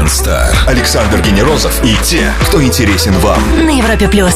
Weekend Star. Александр Генерозов и те, кто интересен вам. На Европе плюс.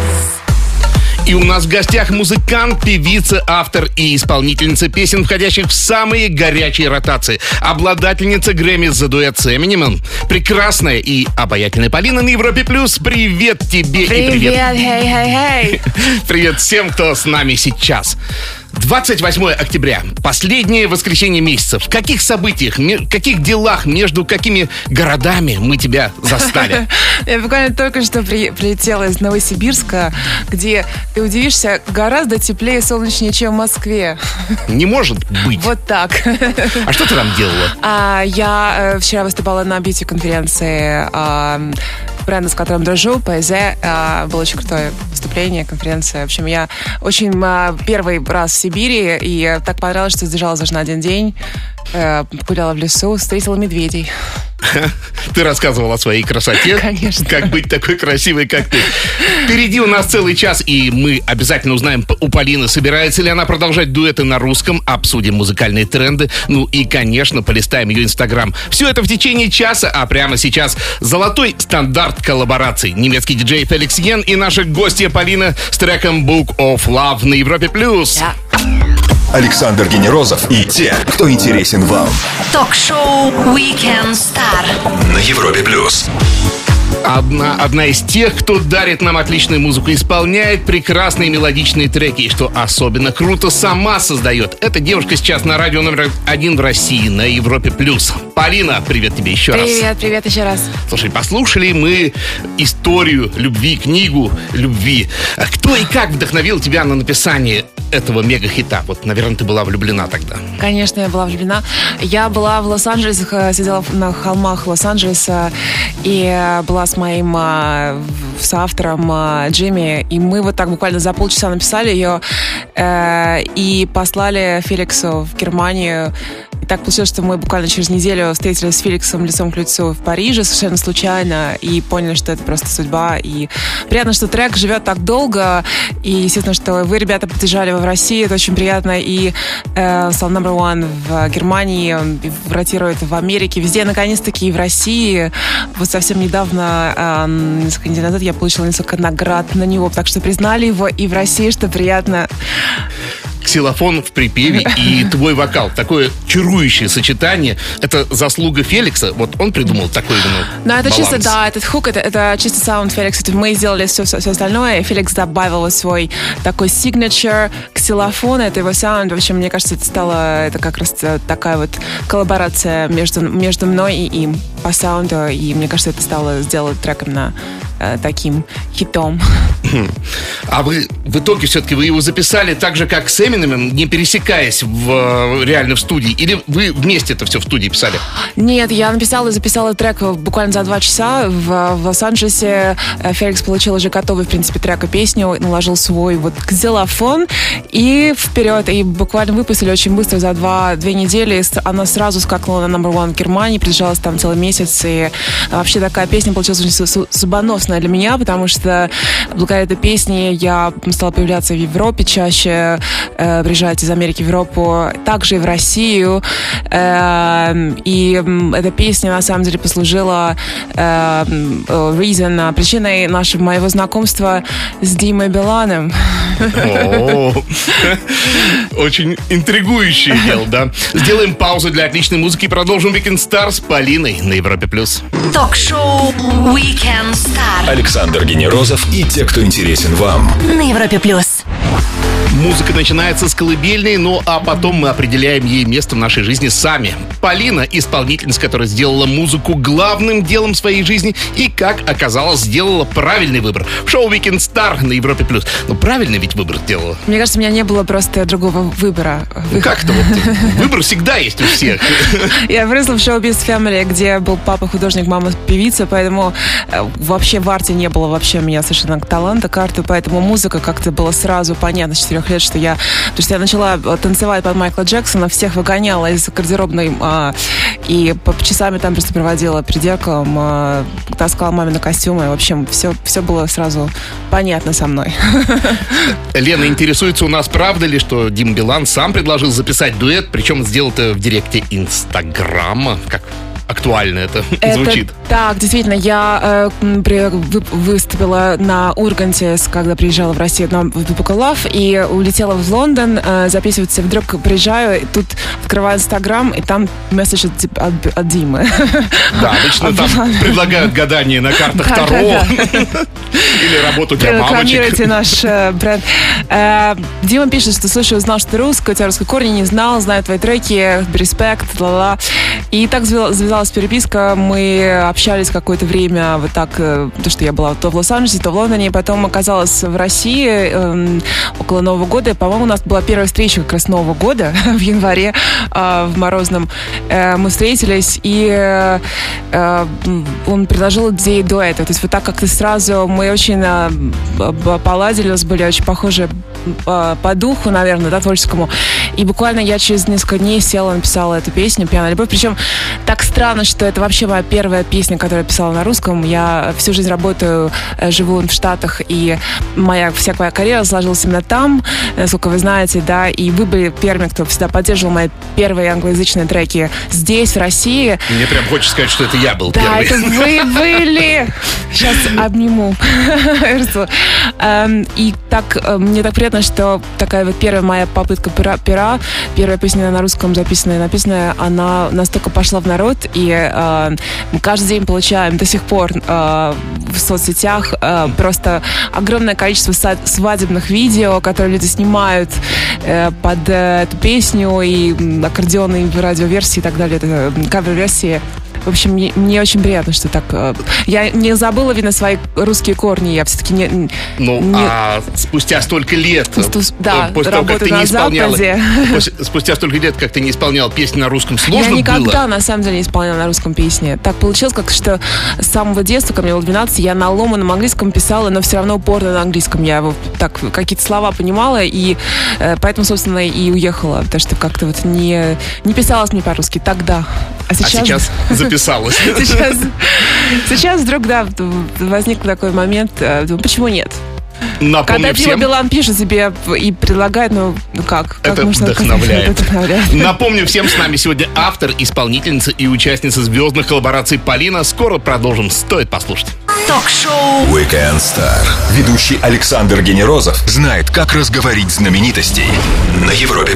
И у нас в гостях музыкант, певица, автор и исполнительница песен, входящих в самые горячие ротации. Обладательница Грэмми за дуэт с Эминемом. Прекрасная и обаятельная Полина на Европе плюс. Привет тебе. Привет, и привет. хей. Привет всем, кто с нами сейчас. 28 октября, последнее воскресенье месяца. В каких событиях, в каких делах, между какими городами мы тебя застали? Я буквально только что прилетела из Новосибирска, где, ты удивишься, гораздо теплее и солнечнее, чем в Москве. Не может быть. Вот так. А что ты там делала? Я вчера выступала на бьюти-конференции бренда, с которым дружу, ПЗ. Было очень крутое выступление, конференция. В общем, я очень первый раз в Сибири, и так понравилось, что задержалась даже на один день. Гуляла в лесу, встретила медведей. Ты рассказывала о своей красоте. Конечно. Как быть такой красивой, как ты. Впереди у нас целый час, и мы обязательно узнаем у Полины, собирается ли она продолжать дуэты на русском, обсудим музыкальные тренды, ну и, конечно, полистаем ее Инстаграм. Все это в течение часа, а прямо сейчас золотой стандарт коллабораций. Немецкий диджей Феликс Йен и наша гостья Полина с треком Book of Love на Европе+. Да. Александр Генерозов и те, кто интересен вам. Ток-шоу Weekend Star На Европе плюс. Одна из тех, кто дарит нам отличную музыку, исполняет прекрасные мелодичные треки, и что особенно круто, сама создает. Эта девушка сейчас на радио номер 1 в России, на Европе+. Полина, привет тебе еще раз. Привет еще раз. Слушай, послушали мы историю любви, книгу любви. Кто и как вдохновил тебя на написание этого мега-хита? Вот, наверное, ты была влюблена тогда. Конечно, я была влюблена. Я была в Лос-Анджелесе, сидела на холмах Лос-Анджелеса и была с моим соавтором Джимми, и мы вот так буквально за полчаса написали ее и послали Феликсу в Германию. И так получилось, что мы буквально через неделю встретились с Феликсом лицом к лицу в Париже совершенно случайно и поняли, что это просто судьба. И приятно, что трек живет так долго. И, естественно, что вы, ребята, поддержали его в России. Это очень приятно. И стал number one в Германии, он ротирует в Америке, везде, наконец-таки, и в России. Вот совсем недавно, несколько недель назад, я получила несколько наград на него. Так что признали его и в России, что приятно. Ксилофон в припеве и твой вокал. Такое чарующее сочетание. Это заслуга Феликса. Вот он придумал такой Но это баланс. чисто, да, этот хук, это чисто саунд Феликса. Мы сделали все остальное, и Феликс добавил свой такой signature ксилофон, это его саунд. В общем, мне кажется, это как раз такая вот коллаборация между мной и им по саунду, и мне кажется, это сделало трек именно таким хитом. А вы в итоге все-таки вы его записали так же, как с Эминемом, не пересекаясь реально в студии? Или вы вместе это все в студии писали? Нет, я написала и записала трек буквально за 2 часа в Лос-Анджелесе. Феликс получил уже готовый, в принципе, трек и песню, наложил свой вот ксилофон и вперед. И буквально выпустили очень быстро, за 2 недели. Она сразу скакнула на number one в Германии, продержалась там целый месяц. И вообще такая песня получилась очень судьбоносная для меня, потому что благодаря этой песне я стала появляться в Европе чаще, приезжать из Америки в Европу, также и в Россию. И эта песня, на самом деле, послужила причиной моего знакомства с Димой Биланом. Очень интригующее дело, да? Сделаем паузу для отличной музыки и продолжим Weekend Star с Полиной на Европе+. Ток-шоу Weekend Star Александр Генерозов и те, кто интересен вам. на Европе+. Музыка начинается с колыбельной, а потом мы определяем ей место в нашей жизни сами. Полина, исполнительница, которая сделала музыку главным делом своей жизни и, как оказалось, сделала правильный выбор. В шоу Weekend Star на Европе+. Ну, правильный ведь выбор сделала. Мне кажется, у меня не было просто другого выбора. Ну, как-то вот выбор всегда есть у всех. Я выросла в шоу-биз Family, где был папа художник, мама певица, поэтому вообще в арте не было вообще у меня совершенно таланта, карты, поэтому музыка как-то была сразу понятна с 4 лет, что потому что я начала танцевать под Майкла Джексона, всех выгоняла из гардеробной и по часами там просто проводила перед зеркалом, таскала мамины костюмы, в общем, все было сразу понятно со мной. Лена интересуется у нас, правда ли, что Дим Билан сам предложил записать дуэт, причем сделал это в директе Инстаграма, как актуально это звучит. Так, действительно, я выступила на Урганте, когда приезжала в Россию на Vocal Love, и улетела в Лондон записываться. Вдруг приезжаю, и тут открываю Инстаграм, и там месседж от Димы. Да, обычно там предлагают гадание на картах Таро. Или работу для мамочек. Рекламируйте наш бренд. Дима пишет, что слушай, узнал, что ты русская, у тебя русские корни, не знал, знаю твои треки, респект, ла-ла. И так завязалась переписка, мы общались какое-то время, вот так, то, что я была то в Лос-Анджелесе, то в Лондоне, потом оказалась в России около Нового года. По-моему, у нас была первая встреча как раз Нового года в январе в Морозном. Мы встретились, и он предложил идею дуэта. То есть вот так как-то сразу мы очень поладили, у нас были очень похожи по духу, наверное, да, творческому. И буквально я через несколько дней села, написала эту песню «Пьяная любовь». Причем так странно, что это вообще моя первая песня, которую я писала на русском. Я всю жизнь работаю, живу в Штатах, и вся моя карьера сложилась именно там, насколько вы знаете, да, и вы были первыми, кто всегда поддерживал мои первые англоязычные треки здесь, в России. Мне прям хочется сказать, что это я был первый. Да, это вы были. Сейчас обниму. И так, мне так приятно, что такая вот первая моя попытка пера, первая песня на русском записанная и написанная, она настолько пошла в народ, и мы каждый день получаем до сих пор в соцсетях просто огромное количество свадебных видео, которые люди снимают под эту песню, и аккордеоны, и радиоверсии и так далее, это кавер-версии. В общем, мне очень приятно, что так... Я не забыла, видно, свои русские корни. Я все-таки не... А спустя столько лет... Да, после того, как ты не исполняла... Спустя столько лет, как ты не исполнял песни на русском, сложно было? Я никогда, на самом деле, не исполняла на русском песни. Так получилось, как что с самого детства, ко мне было 12, я на ломаном английском писала, но все равно упорно на английском. Я так какие-то слова понимала, и поэтому, собственно, и уехала. Потому что как-то вот не писалось мне по-русски тогда. А сейчас записалась. Сейчас вдруг, да, возник такой момент. Почему нет? Напомню когда всем... Дима Билан пишет себе и предлагает, как это можно вдохновляет. Это вдохновляет. Напомню всем, с нами сегодня автор, исполнительница и участница звездных коллабораций Полина. Скоро продолжим. Стоит послушать. Ток-шоу Weekend Star. Ведущий Александр Генерозов знает, как разговорить знаменитостей на Европе+.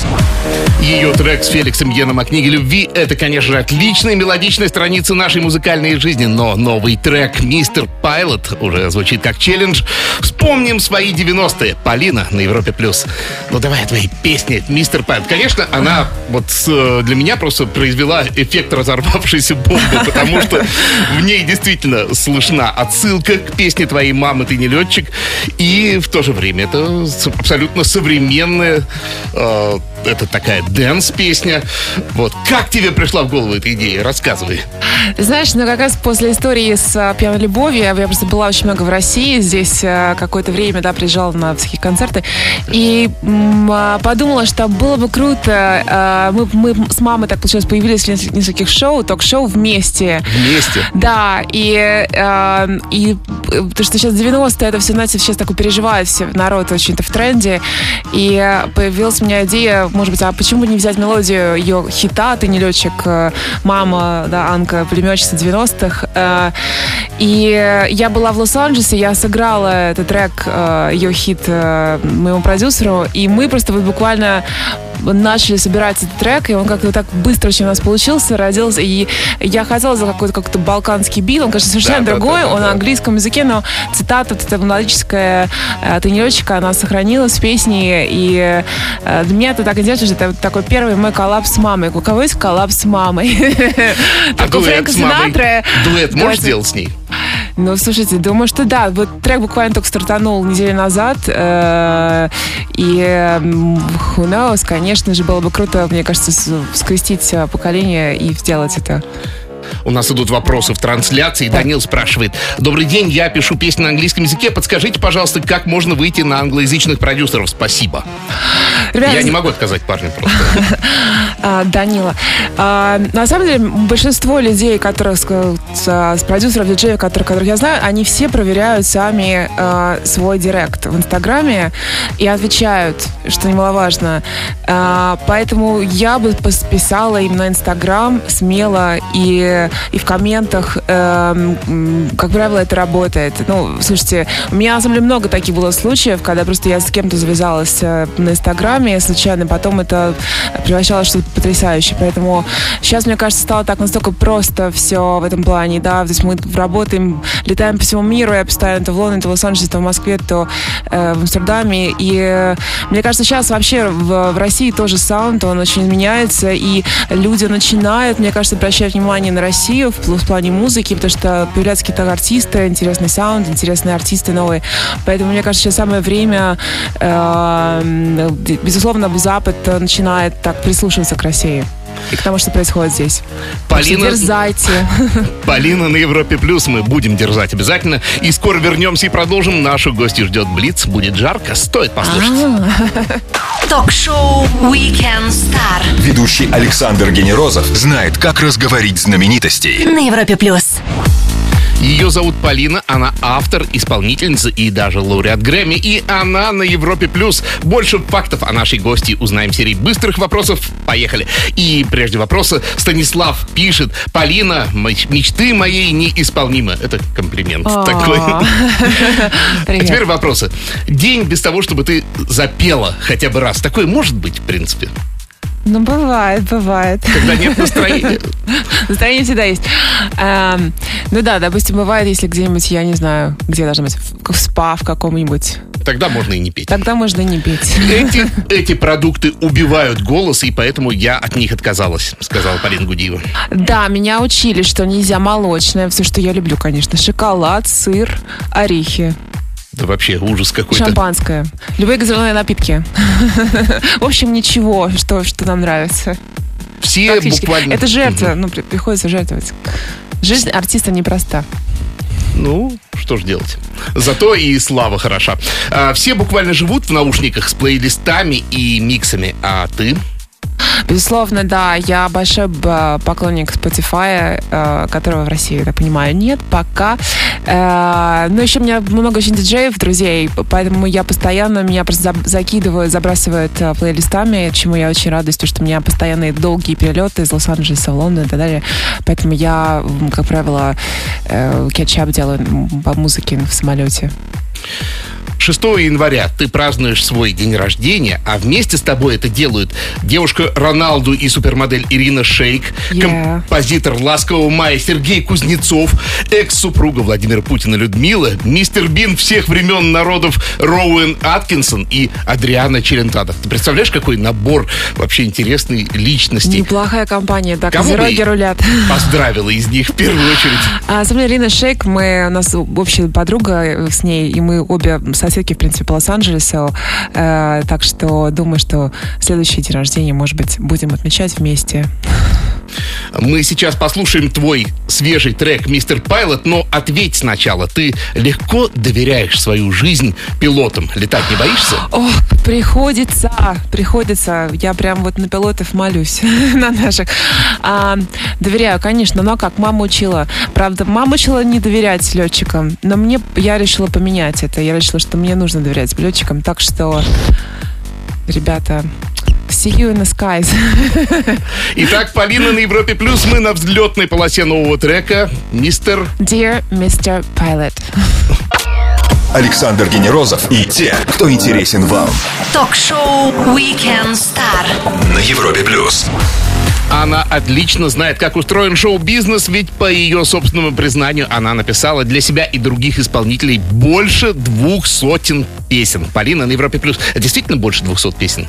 Ее трек с Феликсом Йеном о книге любви — это, конечно же, отличная мелодичная страница нашей музыкальной жизни, но новый трек «Мистер Пайлот» уже звучит как челлендж. Вспомним свои 90-е. Полина на Европе+. Ну давай о твоей песне «Мистер Пайлот». Конечно, она вот для меня просто произвела эффект разорвавшейся бомбы, потому что в ней действительно слышна отсылка к песне твоей мамы «Ты не летчик», и в то же время это абсолютно современная, это такая дэнс-песня. Вот. Как тебе пришла в голову эта идея? Рассказывай. Знаешь, как раз после истории с «Пьяной любовью» я просто была очень много в России. Здесь какое-то время, да, приезжала на всякие концерты. И подумала, что было бы круто. Мы с мамой, так получилось, появились в нескольких шоу, ток-шоу вместе. Вместе? Да. И потому что сейчас 90-е, это все, знаете, сейчас такое переживает все, народ очень-то в тренде. И появилась у меня идея, может быть, а почему бы не взять мелодию ее хита «Ты не летчик», мама, да, Анка, пулеметчица 90-х. И я была в Лос-Анджелесе, я сыграла этот трек, ее хит, моему продюсеру, и мы просто вот буквально начали собирать этот трек, и он как-то так быстро очень у нас получился, родился, и я хотела за какой-то балканский бит, он, конечно, совершенно другой, он на английском языке, но цитата вот эта мелодическая «Ты не летчик», она сохранилась в песне, и для меня это так интересно, что это такой первый мой коллаб с мамой. У кого есть коллаб с мамой? А дуэт с мамой? Дуэт можешь сделать с ней? Ну, слушайте, думаю, что да. Вот трек буквально только стартанул неделю назад. И who knows, конечно же, было бы круто, мне кажется, скрестить поколение и сделать это. У нас идут вопросы в трансляции. Данил спрашивает: добрый день, я пишу песни на английском языке. Подскажите, пожалуйста, как можно выйти на англоязычных продюсеров? Спасибо. Ребята, я не могу отказать парню просто. Данила, на самом деле, большинство людей, которые с продюсеров, диджеев, которых я знаю, они все проверяют сами свой директ в Инстаграме и отвечают, что немаловажно. Поэтому я бы писала им на Инстаграм смело и в комментах. Как правило, это работает. Ну, слушайте, у меня на самом деле много таких было случаев, когда просто я с кем-то завязалась на Инстаграме случайно, потом это превращалось в что-то потрясающее. Поэтому сейчас, мне кажется, стало так настолько просто все в этом плане, да, то есть мы работаем, летаем по всему миру, я постоянно то в Лондоне, то в Лос-Анджелесе, то в Москве, то в Амстердаме, и мне кажется, сейчас вообще в России тоже саунд, он очень меняется, и люди начинают, мне кажется, обращать внимание на Россию в плане музыки, потому что появляются какие-то артисты, интересный саунд, интересные артисты новые, поэтому, мне кажется, сейчас самое время, безусловно, Запад начинает так прислушиваться к России и к тому, что происходит здесь. Полина, дерзайте. Полина на Европе Плюс. Мы будем дерзать обязательно. И скоро вернемся и продолжим. Нашу гостью ждет Блиц. Будет жарко. Стоит послушать. Ток-шоу Weekend Star. Ведущий Александр Генерозов знает, как разговорить знаменитостей. На Европе Плюс. Ее зовут Полина, она автор, исполнительница и даже лауреат Грэмми. И она на Европе Плюс. Больше фактов о нашей гости узнаем в серии быстрых вопросов. Поехали. И прежде вопроса Станислав пишет: Полина, мечты моей неисполнимы. Это комплимент такой. А теперь вопросы. День без того, чтобы ты запела хотя бы раз. Такое может быть, в принципе? Ну, бывает. Когда нет настроения. Настроение всегда есть. Ну да, допустим, бывает, если где-нибудь, я не знаю, где должна быть, в спа в каком-нибудь. Тогда можно и не петь. Тогда можно и не петь. Эти продукты убивают голос, и поэтому я от них отказалась, сказала Полина Гудиева. Да, меня учили, что нельзя молочное. Все, что я люблю, конечно. Шоколад, сыр, орехи. Да вообще ужас какой-то. Шампанское. Любые газированные напитки. В общем, ничего, что нам нравится. Все буквально... Это жертва, приходится жертвовать. Жизнь артиста непроста. Ну, что ж делать. Зато и слава хороша. Все буквально живут в наушниках с плейлистами и миксами, а ты... Безусловно, да. Я большой поклонник Spotify, которого в России, я так понимаю, нет пока. Но еще у меня много очень диджеев, друзей, поэтому я постоянно, меня просто забрасывают плейлистами, чему я очень радуюсь, потому что у меня постоянные долгие перелеты из Лос-Анджелеса в Лондон и так далее. Поэтому я, как правило, кетчап делаю по музыке в самолете. 6 января ты празднуешь свой день рождения, а вместе с тобой это делают девушка Роналду и супермодель Ирина Шейк, композитор «Ласкового мая» Сергей Кузнецов, экс-супруга Владимира Путина Людмила, мистер Бин всех времен народов Роуэн Аткинсон и Адриана Челентано. Ты представляешь, какой набор вообще интересной личностей? Неплохая компания, да, козероги рулят. Поздравила из них в первую очередь. Со мной Ирина Шейк, у нас общая подруга с ней, и мы обе соседки, в принципе, по Лос-Анджелесу. Так что думаю, что следующий день рождения, может быть, будем отмечать вместе. Мы сейчас послушаем твой свежий трек «Мистер Пайлот», но ответь сначала. Ты легко доверяешь свою жизнь пилотам? Летать не боишься? Ох, приходится. Я прям вот на пилотов молюсь, на наших. Доверяю, конечно, но как? Мама учила. Правда, мама учила не доверять летчикам, но я решила поменять это. Я решила, что мне нужно доверять летчикам. Так что, ребята... See you in the skies. Итак, Полина на Европе Плюс. Мы на взлетной полосе нового трека Dear Mr. Pilot. Александр Генерозов и те, кто интересен вам. Ток-шоу Weekend Star на Европе Плюс. Она отлично знает, как устроен шоу-бизнес, ведь по ее собственному признанию она написала для себя и других исполнителей больше 200 песен. Полина на Европе Плюс. Действительно больше 200 песен?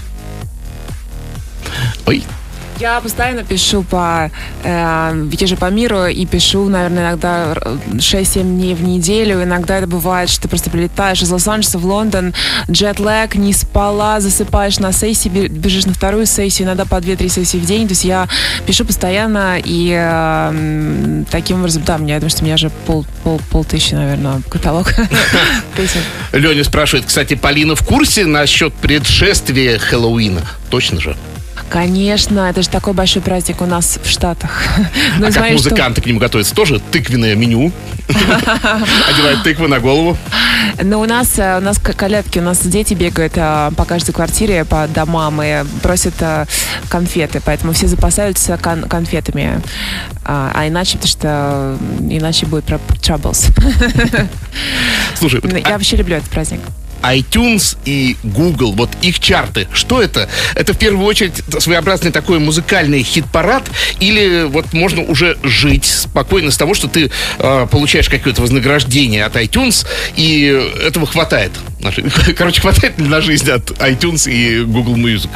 Ой. Я постоянно пишу езжу по миру и пишу, наверное, иногда 6-7 дней в неделю. Иногда это бывает, что ты просто прилетаешь из Лос-Анджелеса в Лондон, джетлэг, не спала, засыпаешь на сессии, бежишь на вторую сессию, иногда по 2-3 сессии в день. То есть я пишу постоянно, и таким образом, да, я думаю, что у меня же полтысячи, наверное, каталог песен. Леня спрашивает, кстати, Полина в курсе насчет предшествия Хэллоуина? Точно же? Конечно, это же такой большой праздник у нас в Штатах. А как музыканты к нему готовятся? Тоже тыквенное меню? Одевают тыквы на голову? Ну, у нас колядки, у нас дети бегают по каждой квартире, по домам и просят конфеты, поэтому все запасаются конфетами. А иначе, потому что иначе будет troubles. Слушай, я вообще люблю этот праздник. iTunes и Google, вот их чарты, что это? Это в первую очередь своеобразный такой музыкальный хит-парад, или вот можно уже жить спокойно с того, что ты получаешь какое-то вознаграждение от iTunes, и этого хватает? Короче, хватает на жизнь от iTunes и Google Music?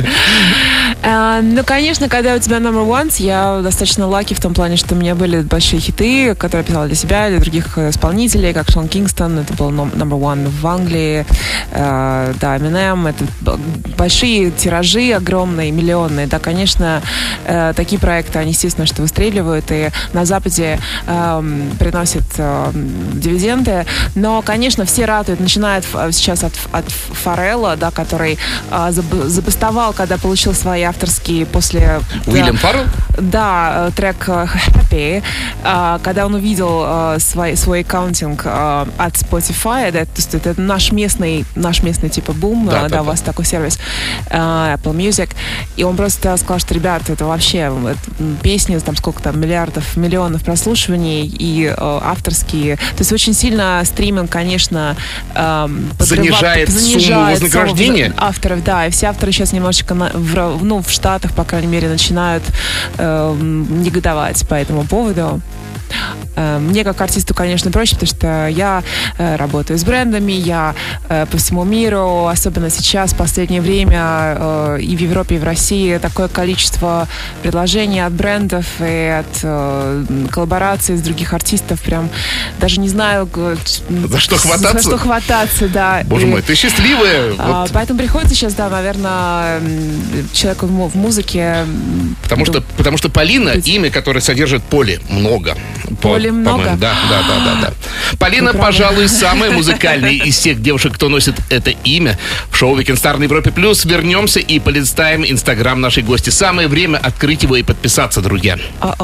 Ну, конечно, когда у тебя number ones, я достаточно lucky в том плане, что у меня были большие хиты, которые я писала для себя, для других исполнителей, как Шон Кингстон, это был number one в Англии, да, Eminem, это большие тиражи, огромные, миллионные, да, конечно, такие проекты, они, естественно, что выстреливают и на Западе приносят дивиденды, но, конечно, все ратуют, начиная сейчас от Фаррелла, да, который забастовал, когда получил свои авторские после... Уильям Фаррелл? Да, трек Happy, когда он увидел свой аккаунтинг от Spotify, да, то есть это наш местный типа бум, да, у вас такой сервис Apple Music, и он просто сказал, что, ребята, это вообще песни, там сколько там, миллионов прослушиваний и авторские, то есть очень сильно стриминг, конечно, занижает сумму вознаграждения авторов, да, и все авторы сейчас немножечко в Штатах, по крайней мере, начинают негодовать по этому поводу. Мне как артисту, конечно, проще, потому что я работаю с брендами, я по всему миру, особенно сейчас, в последнее время и в Европе, и в России такое количество предложений от брендов и от коллабораций с других артистов, прям даже не знаю... За что хвататься? За что хвататься, да. Боже мой, ты счастливая. Поэтому приходится сейчас, да, наверное, человеку в музыке... Потому что Полина, имя, которое содержит поле, много. Поле много? Да. Полина, пожалуй, самая музыкальная из всех девушек, кто носит это имя. В шоу Weekend Star на Европе Плюс вернемся и полистаем инстаграм нашей гости. Самое время открыть его и подписаться, друзья.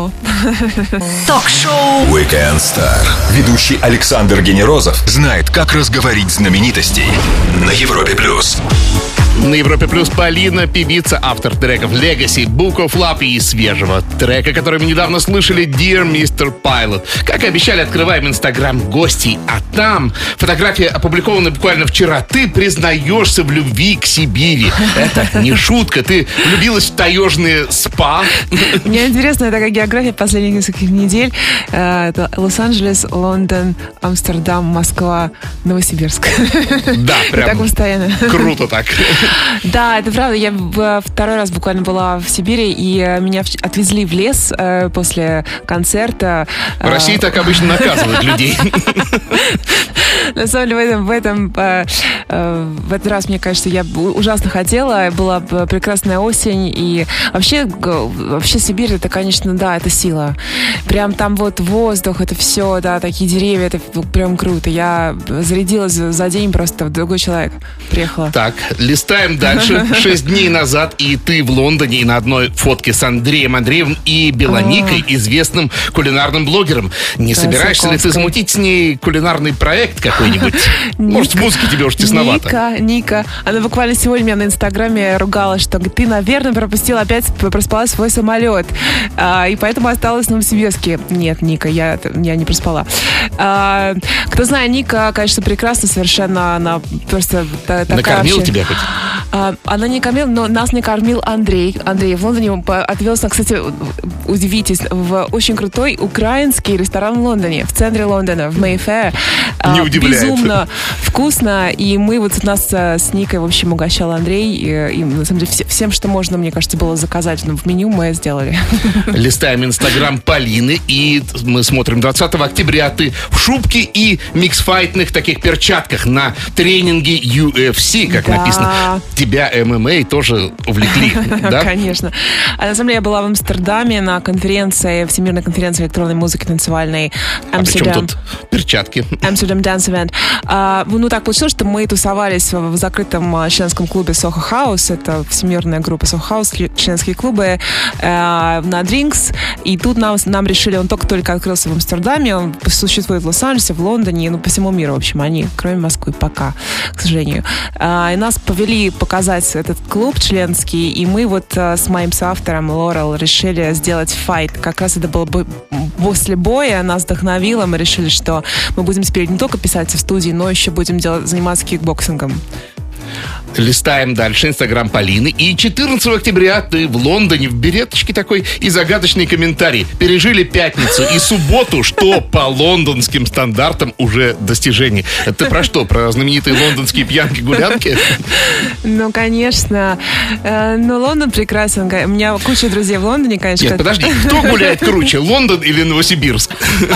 Ток-шоу Weekend Star. Ведущий Александр Генерозов знает, как разговорить знаменитостей на Европе Плюс. На Европе Плюс Полина, певица, автор треков Legacy, Book of Love и свежего трека, который мы недавно слышали, Dear Mr. Pilot. Как и обещали, открываем инстаграм гостей, а там фотография опубликована буквально вчера. Ты признаешься в любви к Сибири. Это не шутка, ты влюбилась в таежные спа. Мне интересна такая география последних нескольких недель. Это Лос-Анджелес, Лондон, Амстердам, Москва, Новосибирск. Да, прям так постоянно. Круто так. Да, это правда. Я второй раз буквально была в Сибири, и меня отвезли в лес после концерта. В России так обычно наказывают людей. На самом деле, в этот раз, мне кажется, я ужасно хотела. Была прекрасная осень. И вообще Сибирь, это, конечно, да, это сила. Прям там вот воздух, это все, да, такие деревья, это прям круто. Я зарядилась за день просто в другой человек. Приехала. Так, листаем дальше. 6 дней назад и ты в Лондоне, и на одной фотке с Андреем Андреевым и Белоникой, известным кулинарным блогером. Не собираешься ли ты замутить с ней кулинарный проект какой-нибудь? Может, в музыке тебе уж тесновато. Ника. Она буквально сегодня меня на инстаграме ругалась, что ты, наверное, проспала свой самолет. И поэтому осталась в Новосибирске. Нет, Ника, я не проспала. Кто знает, Ника, конечно, прекрасна совершенно. Она просто такая... Накормила тебя хоть? Она не кормила, но нас не кормил Андрей. Андрей в Лондоне отвез нас, кстати, удивитесь, в очень крутой украинский ресторан в Лондоне, в центре Лондона, в Mayfair. Не удивляет. Безумно вкусно. И мы вот нас с Никой, в общем, угощал Андрей. И на самом деле, всем, что можно, мне кажется, было заказать в меню, мы сделали. Листаем инстаграм Полины, и мы смотрим 20 октября. Ты в шубке и миксфайтных таких перчатках на тренинге UFC, как написано. тебя ММА тоже увлекли, да? Конечно. На самом деле я была в Амстердаме на конференции, Всемирной конференции электронной музыки танцевальной Причем тут перчатки? Amsterdam Dance Event. Ну, так получилось, что мы тусовались в закрытом членском клубе Soho House. Это всемирная группа Soho House, членские клубы на Drinks. И тут нам решили, он только открылся в Амстердаме, он существует в Лос-Анджелесе, в Лондоне, ну, по всему миру, в общем, они, кроме Москвы, пока, к сожалению. И нас повели показать этот клуб членский, и мы вот с моим соавтором Лорел решили сделать файт. Как раз это было после боя, нас вдохновило, мы решили, что мы будем теперь не только писать в студии, но еще будем заниматься кикбоксингом. Листаем дальше Инстаграм Полины. И 14 октября ты в Лондоне в береточке такой и загадочный комментарий. Пережили пятницу и субботу, что по лондонским стандартам уже достижение. Это про что? Про знаменитые лондонские пьянки-гулянки? Ну, конечно. Ну, Лондон прекрасен. У меня куча друзей в Лондоне, конечно. Нет, подожди. Кто гуляет круче, Лондон или Новосибирск?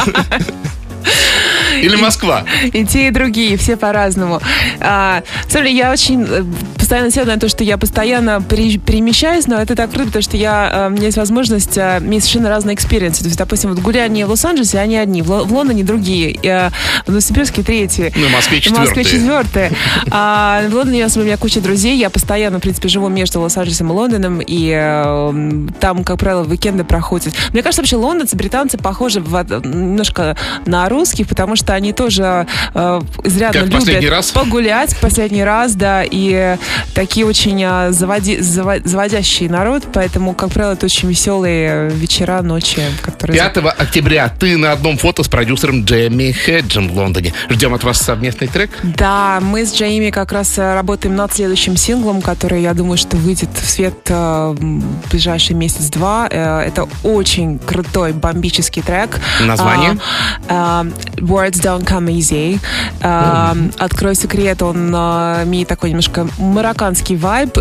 Или Москва? И те, и другие, все по-разному. Смотри, я очень постоянно села на то, что я постоянно перемещаюсь, но это так круто, потому что у меня есть возможность иметь совершенно разные экспириенсы. То есть, допустим, вот гуляния в Лос-Анджелесе, они одни, в Лондоне другие, в Новосибирске третьи. Ну, в Москве четвертые. В Москве четвертые. В Лондоне у меня куча друзей, я постоянно, в принципе, живу между Лос-Анджелесом и Лондоном, и там, как правило, уикенды проходят. Мне кажется, вообще лондонцы, британцы похожи немножко на русских, потому что они тоже изрядно любят погулять в последний раз, да, и такие очень заводящий народ, поэтому, как правило, это очень веселые вечера, ночи. 5 октября ты на одном фото с продюсером Джейми Хеджем в Лондоне. Ждем от вас совместный трек? Да, мы с Джейми как раз работаем над следующим синглом, который, я думаю, что выйдет в свет в ближайший месяц-два. Это очень крутой, бомбический трек. Название? Words Don't Come Easy. Открою секрет, он имеет такой немножко марокканский вайб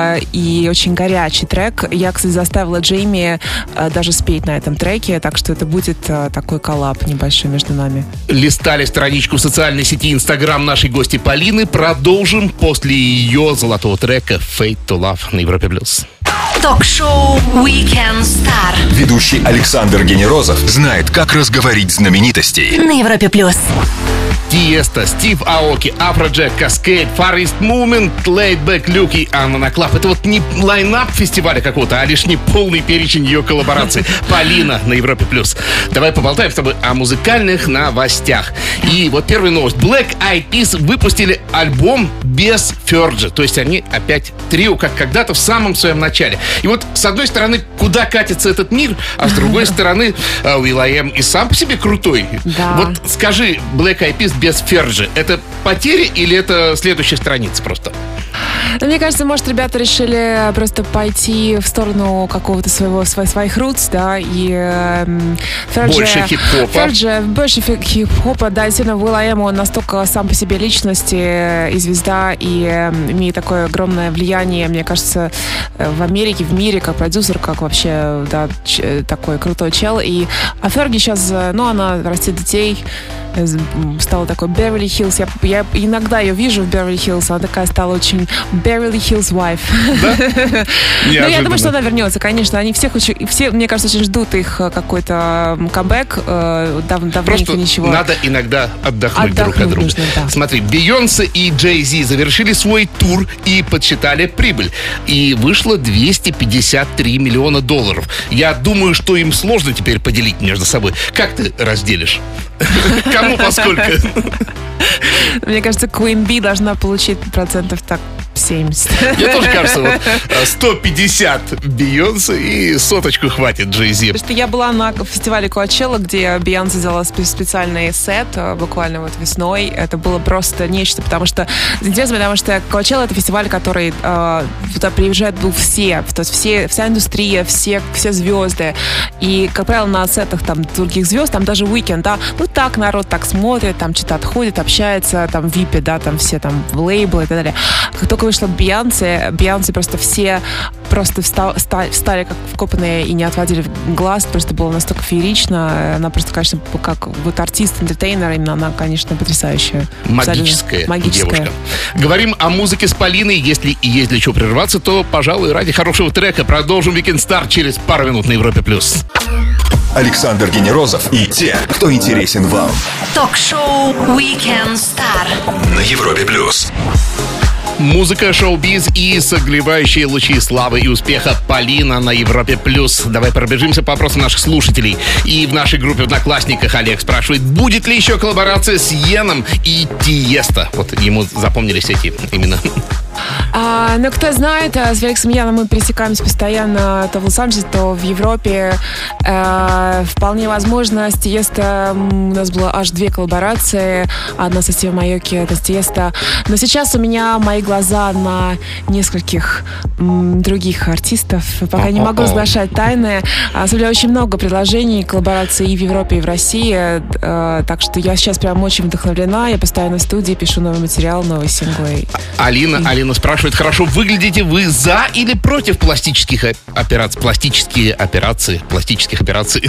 и очень горячий трек. Я, кстати, заставила Джейми даже спеть на этом треке, так что это будет такой коллаб небольшой между нами. Листали страничку в социальной сети Инстаграм нашей гости Полины. Продолжим после ее золотого трека Fate to Love на Европе+. Ток-шоу Weekend Star. Ведущий Александр Генерозов знает, как разговорить знаменитостей. На Европе+. Тиеста, Стив Аоки, Афроджек, Каскейд, Far East Movement, Laidback Luke и Анна Клаб. Это вот не лайнап фестиваля какого-то, а лишь не полный перечень ее коллабораций. Полина на Европе+. Давай поболтаем с тобой о музыкальных новостях. И вот первая новость. Black Eyed Peas выпустили альбом без Ферджа. То есть они опять трио, как когда-то в самом своем начале. И вот с одной стороны, куда катится этот мир, а с другой стороны, will.i.am и сам по себе крутой. Да. Вот скажи, Black Eyed Peas без Ферджи, это потеря или это следующая страница просто? Ну, мне кажется, может, ребята решили просто пойти в сторону какого-то своих roots, да, и Ферджи... Больше хип-хопа. Ферджи, больше хип-хопа, да, действительно, will.i.am, он настолько сам по себе личность и звезда, и имеет такое огромное влияние, мне кажется, в Америке, в мире, как продюсер, как вообще, да, такой крутой чел. А Ферги сейчас, ну, она растит детей, стала такой Beverly Hills. Я иногда ее вижу в Beverly Hills. Она такая стала очень Beverly Hills wife. Да? Но я думаю, что она вернется, конечно. Они все, мне кажется, очень ждут их какой-то камбэк. Давненько ничего. Надо иногда отдохнуть друг от друга. Нужно, да. Смотри, Бейонсе и Джей Зи завершили свой тур и подсчитали прибыль. И вышло $253 миллиона. Я думаю, что им сложно теперь поделить между собой. Как ты разделишь? Кому поскольку? Мне кажется, Queen Bee должна получить процентов так 70. Мне тоже кажется, вот 150 Бейонсе и соточку хватит Джей-Зи. Потому что я была на фестивале Коачелла, где Бейонсе сделала специальный сет буквально вот весной. Это было просто нечто, потому что интересно, потому что Коачелла — это фестиваль, который туда приезжают все, то есть вся индустрия, все звезды. И, как правило, на сетах там других звезд, там даже Weeknd, да, ну так народ так смотрит, там что-то отходит, общается, там в випе, да, там все там лейблы и так далее. Как только вышла Бейонсе просто все просто встали как вкопанные и не отводили глаз. Просто было настолько феерично. Она просто, конечно, как вот артист, энтертейнер, именно она, конечно, потрясающая. Магическая девушка. Говорим о музыке с Полиной. Если и есть для чего прерваться, то, пожалуй, ради хорошего трека продолжим Weekend Star через пару минут на Европе+. Александр Генерозов и те, кто интересен вам. Ток-шоу Weekend Star На Европе+. Музыка, шоу-биз и согревающие лучи славы и успеха Полина на Европе+. Давай пробежимся по вопросам наших слушателей. И в нашей группе в Одноклассниках Олег спрашивает, будет ли еще коллаборация с Йеном и Тиесто. Вот ему запомнились эти именно. Ну, кто знает, с Феликсом Яном мы пересекаемся постоянно то в Лос-Анджелесе, то в Европе. Вполне возможно, с Тиесто у нас было аж 2 коллаборации. Одна со Стивом Айоки, это с Тиесто. Но сейчас у меня мои глаза на нескольких других артистов. Пока не могу разглашать тайны. Особенно очень много предложений, коллабораций и в Европе, и в России. Так что я сейчас прям очень вдохновлена. Я постоянно в студии пишу новый материал, новые синглы. Алина спрашивает, хорошо выглядите вы за или против пластических операций? Пластических операций.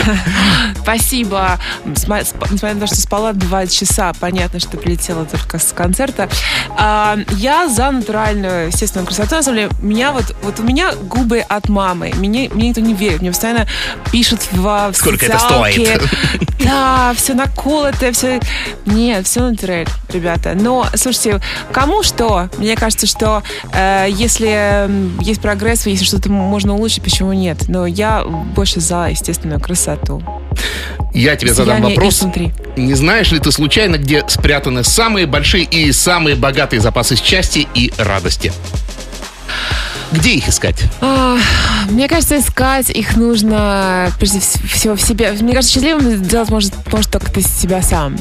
Спасибо. Несмотря на то, что спала 2 часа, понятно, что прилетела только с концерта. Я за натуральную, естественную красоту. На самом деле, у меня губы от мамы. Мне никто не верит. Мне постоянно пишут в сколько социалке. Это стоит? Да, все наколотое, все... Нет, все натураль, ребята. Но, слушайте, кому что? Мне кажется, что если есть прогресс, если что-то можно улучшить, почему нет? Но я больше за естественную красоту. Я тебе задам вопрос. Не знаешь ли ты случайно, где спрятаны самые большие и самые богатые запасы счастья и радости? Где их искать? Мне кажется, искать их нужно прежде всего в себе. Мне кажется, счастливым делать может только ты себя сам.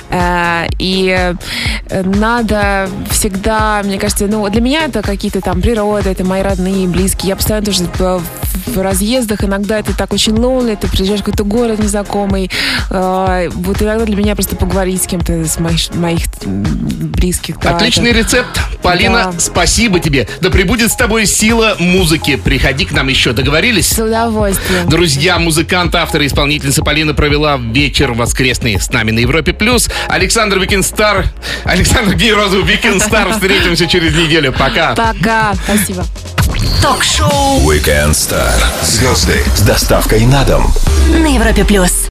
И надо всегда, мне кажется, для меня это какие-то там природа, это мои родные, близкие. Я постоянно тоже в разъездах, иногда это так очень lonely, ты приезжаешь в какой-то город незнакомый. Вот иногда для меня просто поговорить с кем-то из моих близких. Да, отличный рецепт. Полина, да. Спасибо тебе. Да пребудет с тобой сила музыки. Приходи к нам еще. Договорились? С удовольствием. Друзья, музыкант, автор и исполнительница Полина провела вечер воскресный с нами на Европе+. Александр Генерозов, Weekend Star. Встретимся через неделю. Пока. Пока. Спасибо. Ток-шоу Weekend Star. Звезды с доставкой на дом. На Европе+.